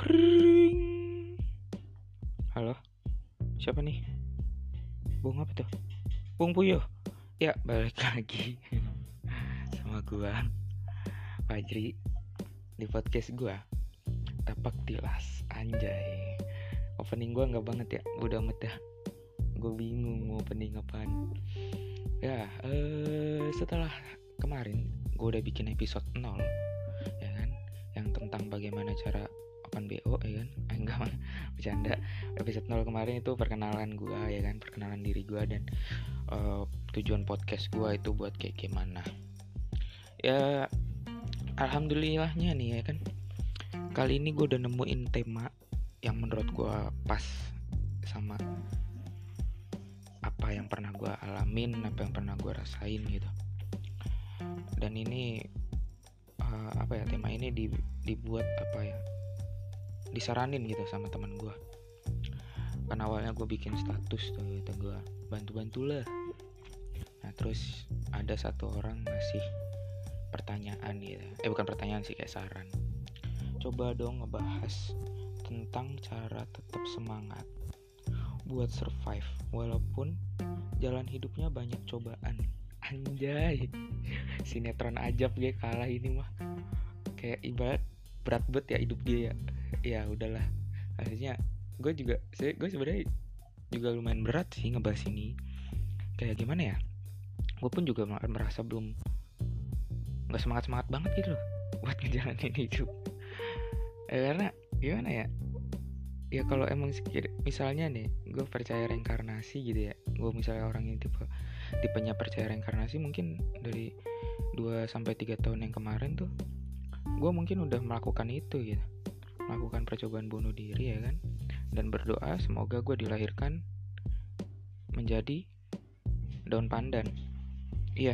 Ring. Halo, siapa nih? Bung apa tuh? Bung Puyuh. Ya, balik lagi sama gua, Fajri, di podcast gua, Tapak Tilas. Anjay. Opening gua nggak banget ya, udah amat dah. Gue bingung mau opening apaan. Ya, setelah kemarin gue udah bikin episode 0, ya kan, yang tentang bagaimana cara open BO, ya kan. Enggak, bercanda. Episode 0 kemarin itu perkenalan gue, ya kan, perkenalan diri gue dan tujuan podcast gue itu buat kayak gimana. Ya, alhamdulillahnya nih, ya kan, kali ini gue udah nemuin tema yang menurut gue pas sama apa yang pernah gue alamin, apa yang pernah gue rasain gitu. Dan ini tema ini dibuat disaranin gitu sama teman gue. Kan awalnya gue bikin status tuh, kata gue bantu-bantulah. Nah terus ada satu orang ngasih pertanyaan gitu, bukan pertanyaan sih, kayak saran. Coba dong ngebahas tentang cara tetap semangat buat survive walaupun jalan hidupnya banyak cobaan. Anjay, sinetron Ajab gue kalah ini mah. Kayak ibarat berat banget ya hidup dia ya. Ya udahlah, akhirnya gue sebenarnya juga lumayan berat sih ngebahas ini. Kayak gimana ya, gue pun juga merasa belum nggak semangat banget gitu loh buat ngejalanin hidup. Karena gimana ya, ya kalau emang misalnya nih gue percaya reinkarnasi gitu ya, gue misalnya orang yang tipenya percaya reinkarnasi, mungkin dari 2-3 tahun yang kemarin tuh gue mungkin udah melakukan itu gitu, melakukan percobaan bunuh diri, ya kan, dan berdoa semoga gue dilahirkan menjadi daun pandan. Iya.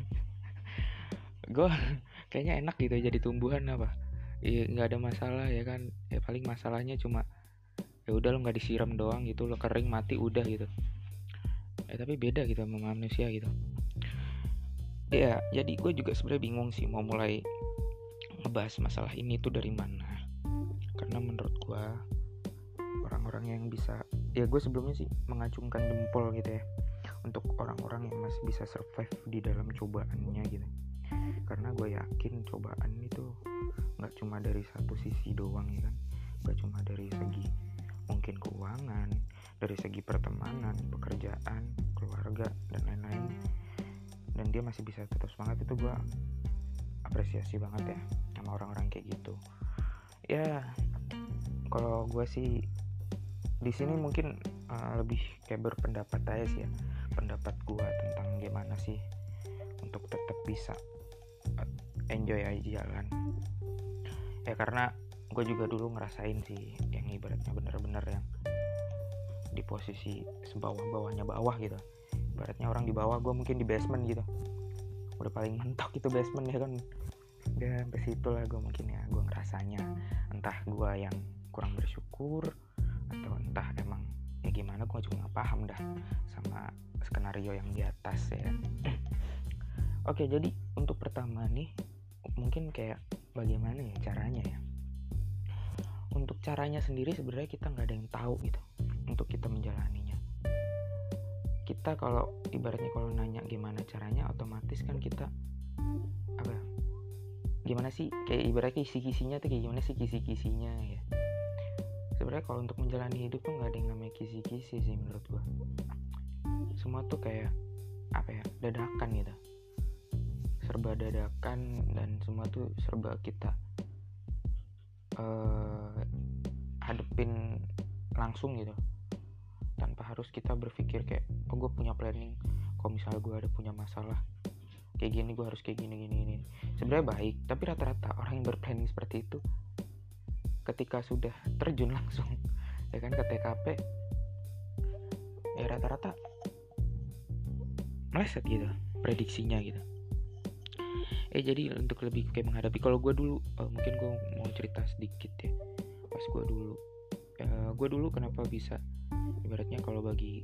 Gue kayaknya enak gitu jadi tumbuhan apa. Iya, nggak ada masalah, ya kan. Ya paling masalahnya cuma ya udah lo nggak disiram doang gitu, lo kering mati udah gitu. Tapi beda gitu sama manusia gitu. Ya jadi gue juga sebenarnya bingung sih mau mulai ngebahas masalah ini tuh dari mana. Karena menurut gue orang-orang yang bisa, ya gue sebelumnya sih mengacungkan jempol gitu ya untuk orang-orang yang masih bisa survive di dalam cobaannya gitu. Karena gue yakin cobaan itu gak cuma dari satu sisi doang, ya kan. Gak cuma dari segi mungkin keuangan, dari segi pertemanan, pekerjaan, keluarga, dan lain-lain. Dan dia masih bisa tetap semangat, itu gue apresiasi banget ya sama orang-orang kayak gitu. Ya kalau gue sih di sini mungkin lebih kayak berpendapat aja sih ya, pendapat gue tentang gimana sih untuk tetap bisa enjoy aja jalan. Ya karena gue juga dulu ngerasain sih yang ibaratnya bener-bener yang di posisi sebawah-bawahnya bawah gitu. Ibaratnya orang di bawah, gue mungkin di basement gitu, udah paling mentok itu basement, ya kan. Udah sampai situ lah gue mungkin ya, gue ngerasanya. Entah gue yang kurang bersyukur atau entah emang ya gimana, gue juga gak paham dah sama skenario yang di atas, ya. Oke, jadi untuk pertama nih mungkin kayak bagaimana ya caranya ya. Untuk caranya sendiri sebenarnya kita gak ada yang tahu gitu untuk kita menjalaninya. Kita kalau ibaratnya kalau nanya gimana caranya, otomatis kan kita gimana sih, kayak ibaratnya kisi-kisinya tuh kayak gimana sih kisi-kisinya ya. Sebenarnya kalau untuk menjalani hidup tuh nggak ada yang namanya kisi-kisi sih menurut gua. Semua tuh kayak dadakan gitu, serba dadakan, dan semua tuh serba kita hadepin langsung gitu, tanpa harus kita berpikir kayak gue punya planning, kalau misalnya gue ada punya masalah kayak gini gue harus kayak gini. Sebenarnya baik, tapi rata-rata orang yang berplanning seperti itu ketika sudah terjun langsung, ya kan, ke TKP, ya rata-rata meleset gitu prediksinya gitu. Jadi untuk lebih kayak menghadapi, kalau gue dulu mungkin gue mau cerita sedikit ya. Pas gue dulu kenapa bisa, ibaratnya kalau bagi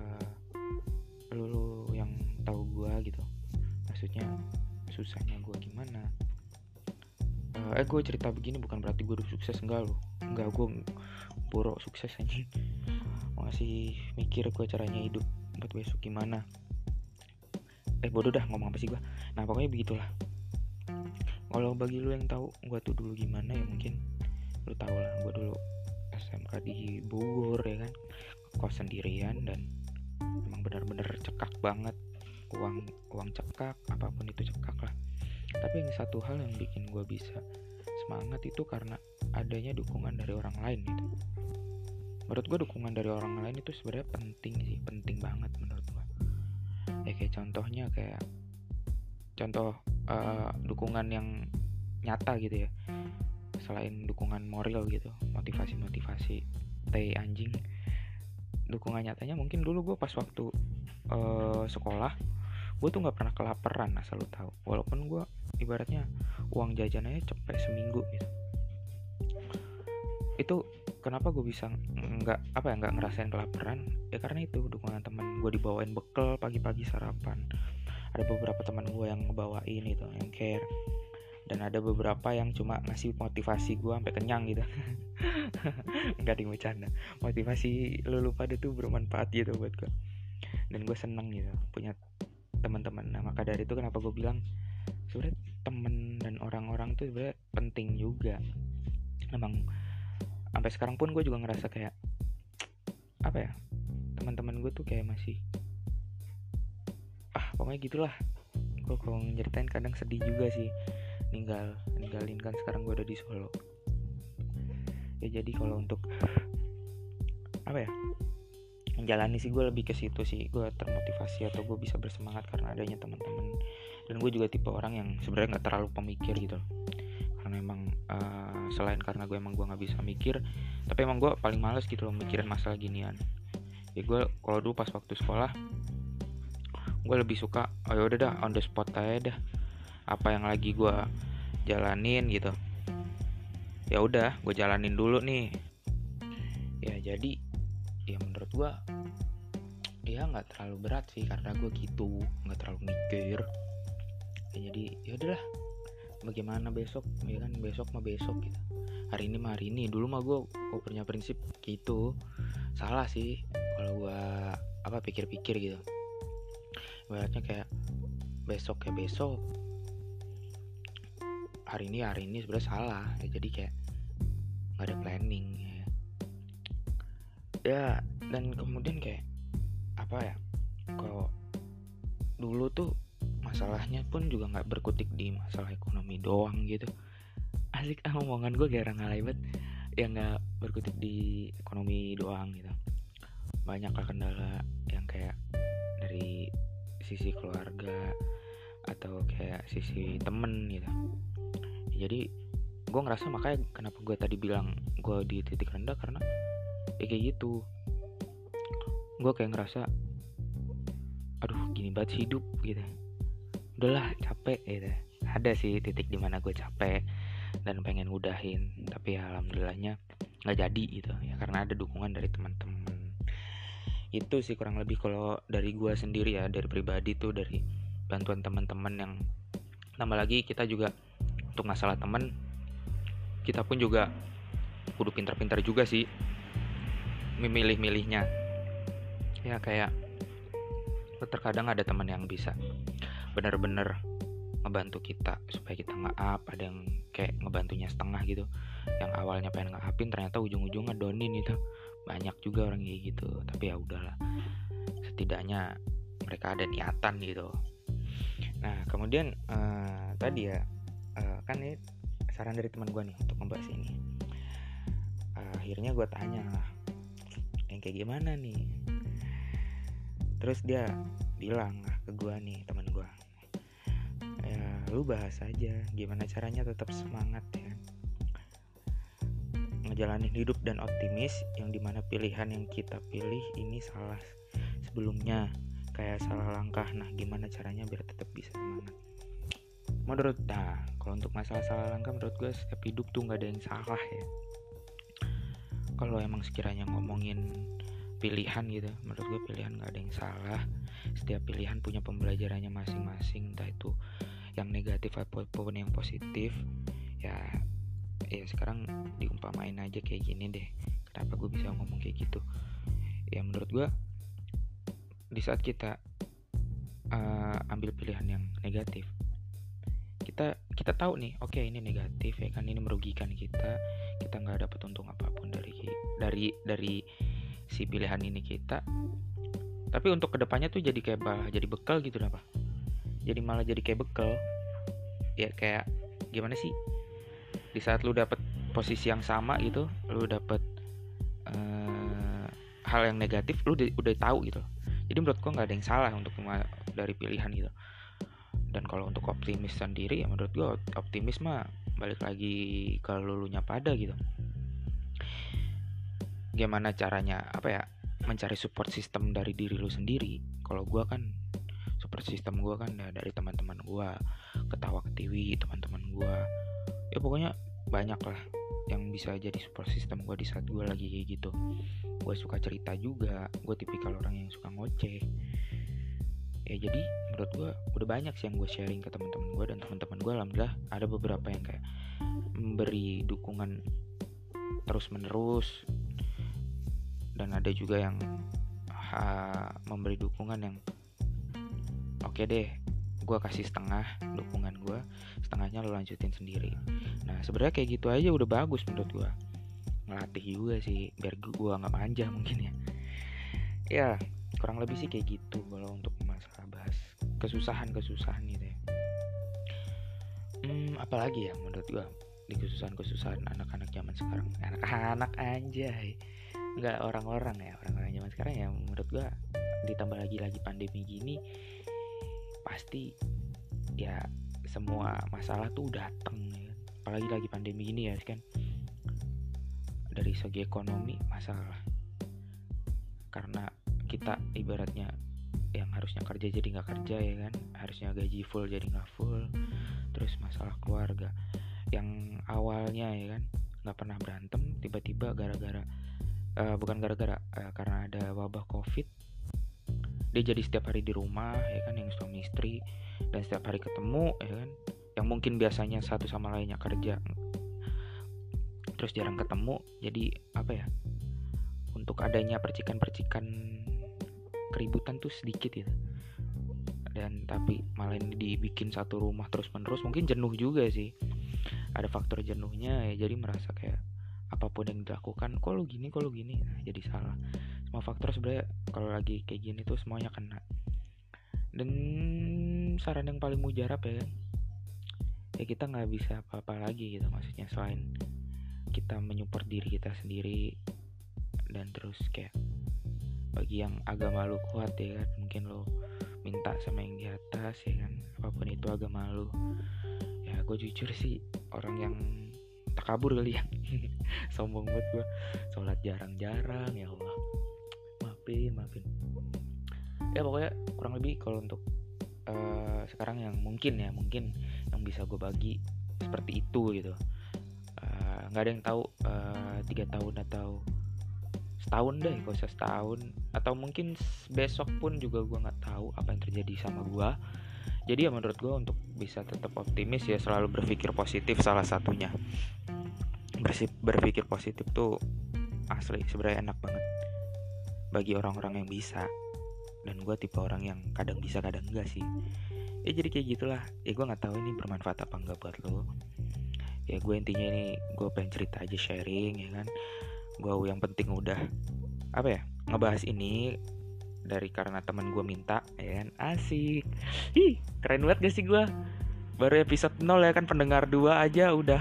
lu yang tahu gue gitu, maksudnya susahnya gue gimana. gue cerita begini bukan berarti gue udah sukses, enggak loh, enggak, gue boro sukses anjing, masih mikir gue caranya hidup buat besok gimana. Bodoh dah, ngomong apa sih gue. Nah pokoknya begitulah. Kalau bagi lu yang tahu gue tuh dulu gimana, ya mungkin lu tahu lah, gue dulu SMK di Bogor ya kan, kos sendirian, dan emang benar-benar cekak banget, uang cekak, apapun itu cekak lah. Tapi yang satu hal yang bikin gue bisa semangat itu karena adanya dukungan dari orang lain gitu. Menurut gue dukungan dari orang lain itu sebenarnya penting sih, penting banget menurut gue. Ya kayak contohnya kayak contoh dukungan yang nyata gitu ya, selain dukungan moral gitu, motivasi anjing. Dukungan nyatanya mungkin dulu gue pas waktu sekolah, gue tuh nggak pernah kelaparan asal lu tahu, walaupun gue ibaratnya uang jajanannya cepet seminggu gitu. Itu kenapa gue bisa nggak ngerasain kelaparan, ya karena itu dukungan teman. Gue dibawain bekal pagi-pagi sarapan, ada beberapa teman gue yang ngebawain itu, yang care, dan ada beberapa yang cuma ngasih motivasi gue sampai kenyang gitu. Nggak ding, bercanda. Motivasi lu pada tuh bermanfaat gitu buat gue, dan gue seneng gitu punya teman-teman. Nah maka dari itu kenapa gue bilang sebenarnya temen dan orang-orang tuh sebenarnya penting juga. Emang sampai sekarang pun gue juga ngerasa kayak apa ya, teman-teman gue tuh kayak masih pokoknya gitulah. Gue kalau nyeritain kadang sedih juga sih, ninggalin kan sekarang gue udah di Solo ya. Jadi kalau untuk apa ya, menjalani sih gue lebih ke situ sih, gue termotivasi atau gue bisa bersemangat karena adanya teman-teman. Dan gue juga tipe orang yang sebenarnya nggak terlalu pemikir gitu, karena emang selain karena gue nggak bisa mikir, tapi emang gue paling males gitu loh mikirin masalah ginian. Ya gue kalau dulu pas waktu sekolah, gue lebih suka udah dah on the spot aja dah, apa yang lagi gue jalanin gitu, ya udah gue jalanin dulu nih. Ya jadi ya menurut gue ya nggak terlalu berat sih, karena gue gitu nggak terlalu mikir ya. Jadi ya udahlah, bagaimana besok ya kan, besok mah besok gitu, hari ini mah hari ini. Dulu mah gue punya prinsip gitu, salah sih kalau gue pikir-pikir gitu. Ibaratnya kayak besok ya besok, hari ini sebenarnya salah ya. Jadi kayak nggak ada planning ya. Dan kemudian kayak apa ya, kalau dulu tuh masalahnya pun juga nggak berkutik di masalah ekonomi doang gitu. Asik omongan gue kayak orang alay banget ya, nggak berkutik di ekonomi doang gitu. Banyak lah kendala yang kayak dari sisi keluarga atau kayak sisi temen gitu. Jadi gue ngerasa, makanya kenapa gue tadi bilang gue di titik rendah, karena ya kayak gitu. Gue kayak ngerasa aduh gini banget hidup gitu, udahlah capek gitu. Ada sih titik dimana gue capek dan pengen ngudahin, tapi ya alhamdulillahnya nggak jadi gitu ya, karena ada dukungan dari teman-teman. Itu sih kurang lebih kalau dari gue sendiri ya, dari pribadi tuh, dari bantuan teman-teman. Yang tambah lagi kita juga untuk masalah teman, kita pun juga kudu pintar-pintar juga sih memilih-milihnya ya. Kayak terkadang ada teman yang bisa benar-benar ngebantu kita supaya kita nge-up, ada yang kayak ngebantunya setengah gitu, yang awalnya pengen nge-upin ternyata ujung-ujungnya downin itu. Banyak juga orang kayak gitu, tapi ya udahlah, setidaknya mereka ada niatan gitu. Nah kemudian tadi ya kan ini saran dari teman gue nih untuk membahas ini. Akhirnya gue tanya yang kayak gimana nih, terus dia bilang ke gue nih, teman gue, ya lu bahas aja gimana caranya tetap semangat ya, ngejalanin hidup dan optimis, yang dimana pilihan yang kita pilih ini salah sebelumnya, kayak salah langkah. Nah gimana caranya biar tetap bisa semangat menurut. Nah kalau untuk masalah salah langkah, menurut gue setiap hidup tuh gak ada yang salah ya. Kalau emang sekiranya ngomongin pilihan gitu, menurut gue pilihan gak ada yang salah. Setiap pilihan punya pembelajarannya masing-masing, entah itu yang negatif ataupun yang positif. Ya sekarang diumpamain aja kayak gini deh. Kenapa gue bisa ngomong kayak gitu? Ya menurut gue di saat kita ambil pilihan yang negatif, kita tahu nih, oke, ini negatif ya kan, ini merugikan kita nggak dapat untung apapun dari si pilihan ini kita. Tapi untuk kedepannya tuh jadi kayak jadi bekal gitu, apa? Jadi malah jadi kayak bekal. Ya kayak gimana sih? Di saat lu dapet posisi yang sama gitu, lu dapet hal yang negatif, lu udah tahu gitu. Jadi menurut gua nggak ada yang salah untuk dari pilihan gitu. Dan kalau untuk optimis sendiri, ya menurut gua optimis mah balik lagi ke lulunya pada gitu. Gimana caranya mencari support system dari diri lu sendiri. Kalau gue kan support system gue kan ya dari teman-teman gue, ketawa ketiwi teman-teman gue, ya pokoknya banyak lah yang bisa jadi support system gue di saat gue lagi kayak gitu. Gue suka cerita juga, gue tipikal orang yang suka ngoceh ya. Jadi menurut gue udah banyak sih yang gue sharing ke teman-teman gue, dan teman-teman gue alhamdulillah ada beberapa yang kayak memberi dukungan terus menerus, dan ada juga yang memberi dukungan yang oke deh, gue kasih setengah dukungan gue, setengahnya lo lanjutin sendiri. Nah sebenarnya kayak gitu aja udah bagus menurut gue, ngelatih juga sih biar gue nggak manja mungkin ya kurang lebih sih kayak gitu kalau untuk masalah bahas kesusahan gitu ya. Apalagi ya menurut gue di kesusahan anak-anak zaman sekarang, anak-anak anjay, nggak orang-orang zaman sekarang ya. Menurut gua ditambah lagi pandemi gini, pasti ya semua masalah tuh dateng ya. Apalagi lagi pandemi gini ya kan, dari segi ekonomi masalah, karena kita ibaratnya yang harusnya kerja jadi nggak kerja ya kan, harusnya gaji full jadi nggak full. Terus masalah keluarga yang awalnya ya kan nggak pernah berantem, tiba-tiba karena ada wabah covid, dia jadi setiap hari di rumah ya kan, yang suami istri, dan setiap hari ketemu ya kan, yang mungkin biasanya satu sama lainnya kerja terus jarang ketemu. Jadi untuk adanya percikan-percikan keributan tuh sedikit gitu, dan tapi malah ini dibikin satu rumah terus menerus, mungkin jenuh juga sih, ada faktor jenuhnya ya. Jadi merasa kayak apapun yang dilakukan kok lu gini, nah, jadi salah. Semua faktor sebenarnya kalau lagi kayak gini tuh semuanya kena. Dan saran yang paling mujarab ya kan, ya kita nggak bisa apa-apa lagi gitu, maksudnya selain kita menyupport diri kita sendiri. Dan terus kayak bagi yang agama lu kuat ya kan, mungkin lo minta sama yang di atas ya kan, apapun itu agama lu. Ya gue jujur sih orang yang takabur kali ya sombong banget gue, sholat jarang-jarang, ya Allah maafin ya. Pokoknya kurang lebih kalau untuk sekarang yang mungkin yang bisa gue bagi seperti itu gitu. Nggak ada yang tahu 3 tahun atau setahun deh, gak usah setahun, atau mungkin besok pun juga gue nggak tahu apa yang terjadi sama gue. Jadi ya menurut gue untuk bisa tetap optimis ya selalu berpikir positif. Salah satunya berpikir positif tuh asli sebenarnya enak banget bagi orang-orang yang bisa, dan gue tipe orang yang kadang bisa kadang enggak sih ya. Jadi kayak gitulah ya, gue nggak tahu ini bermanfaat apa enggak buat lo ya. Gue intinya ini gue pengen cerita aja, sharing ya kan. Gue yang penting udah ngebahas ini dari karena teman gue minta ya kan. Asik, keren banget gak sih gue, baru episode 0 ya kan, pendengar 2 aja udah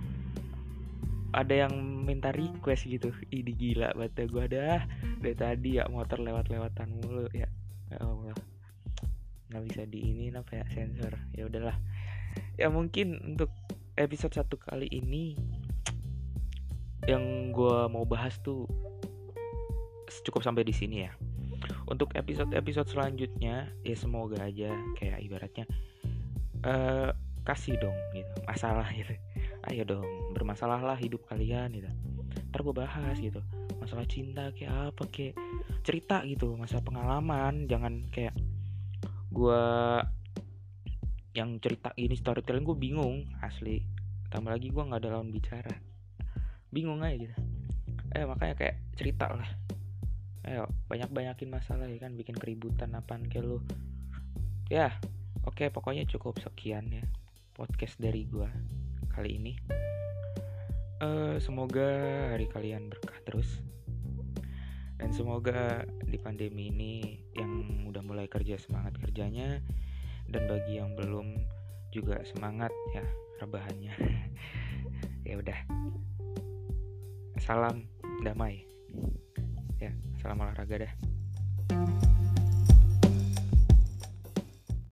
ada yang minta request gitu. Ini gila banget ya gue, dari tadi ya motor lewat-lewatan mulu ya Allah, nggak bisa sensor. Ya udahlah ya, mungkin untuk episode 1 kali ini yang gue mau bahas tuh cukup sampai di sini ya. Untuk episode selanjutnya ya semoga aja kayak ibaratnya kasih dong gitu masalah gitu, ayo dong bermasalah lah hidup kalian gitu, ntar gue bahas gitu masalah cinta kayak apa, kayak cerita gitu, masalah pengalaman. Jangan kayak gue yang cerita ini storytelling, gue bingung asli. Tambah lagi gue nggak ada lawan bicara, bingung aja gitu. Makanya kayak cerita lah. Banyakin masalah ya kan, bikin keributan apaan kayak lu. Ya, oke, pokoknya cukup sekian ya podcast dari gue kali ini. Semoga hari kalian berkah terus. Dan semoga di pandemi ini yang udah mulai kerja semangat kerjanya, dan bagi yang belum juga semangat ya rebahannya. Ya udah. Salam damai. Ya, salam olahraga dah.